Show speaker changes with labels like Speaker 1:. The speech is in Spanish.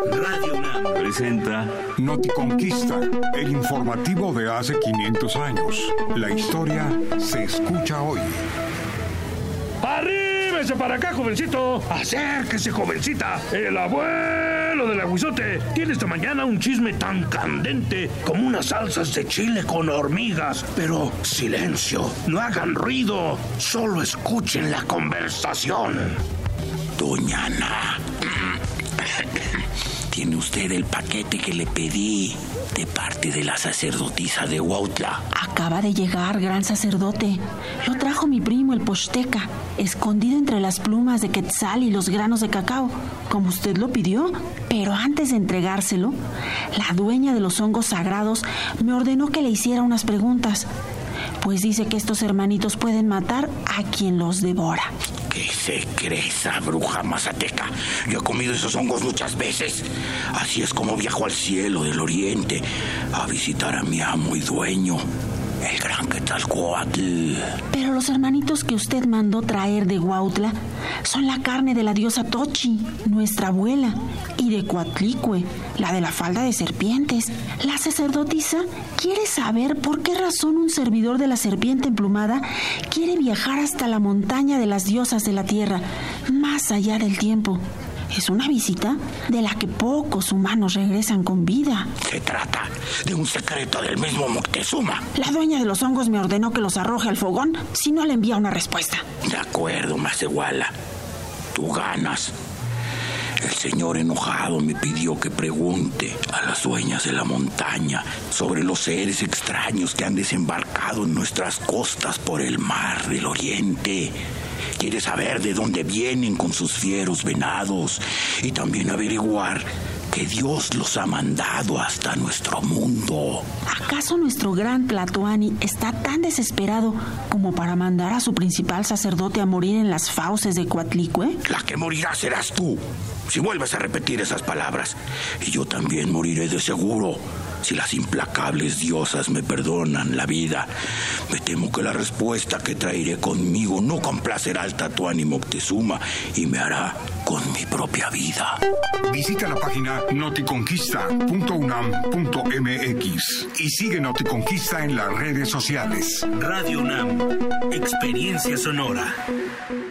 Speaker 1: Radio UNAM presenta
Speaker 2: Noticonquista, el informativo de hace 500 años. La historia se escucha hoy.
Speaker 3: ¡Arríbese para acá, jovencito! ¡Acérquese, jovencita! El abuelo del aguizote tiene esta mañana un chisme tan candente como unas salsas de chile con hormigas. Pero silencio, no hagan ruido, solo escuchen la conversación.
Speaker 4: Doña Ana, tiene usted el paquete que le pedí de parte de la sacerdotisa de Huautla.
Speaker 5: Acaba de llegar, gran sacerdote. Lo trajo mi primo, el Posteca, escondido entre las plumas de quetzal y los granos de cacao, como usted lo pidió. Pero antes de entregárselo, la dueña de los hongos sagrados me ordenó que le hiciera unas preguntas, pues dice que estos hermanitos pueden matar a quien los devora.
Speaker 4: ¿Qué se cree esa bruja mazateca? Yo he comido esos hongos muchas veces. Así es como viajo al cielo del oriente a visitar a mi amo y dueño, el gran Quetzalcóatl.
Speaker 5: Pero los hermanitos que usted mandó traer de Huautla son la carne de la diosa Tochi, nuestra abuela, y de Coatlicue, la de la falda de serpientes. La sacerdotisa quiere saber por qué razón un servidor de la serpiente emplumada quiere viajar hasta la montaña de las diosas de la tierra, más allá del tiempo. Es una visita de la que pocos humanos regresan con vida.
Speaker 4: Se trata de un secreto del mismo Moctezuma.
Speaker 5: La dueña de los hongos me ordenó que los arroje al fogón si no le envía una respuesta.
Speaker 4: De acuerdo, Macehuala. Tú ganas. El señor enojado me pidió que pregunte a las dueñas de la montaña sobre los seres extraños que han desembarcado en nuestras costas por el mar del oriente. Quiere saber de dónde vienen con sus fieros venados y también averiguar que Dios los ha mandado hasta nuestro mundo.
Speaker 5: ¿Acaso nuestro gran Tlatoani está tan desesperado como para mandar a su principal sacerdote a morir en las fauces de Coatlicue?
Speaker 4: La que morirá serás tú, si vuelves a repetir esas palabras. Y yo también moriré de seguro, si las implacables diosas me perdonan la vida. Me temo que la respuesta que traeré conmigo no complacerá al Tlatoani Moctezuma y me hará con mi propia vida.
Speaker 2: Visita la página noticonquista.unam.mx y sigue Noticonquista en las redes sociales.
Speaker 1: Radio UNAM, experiencia sonora.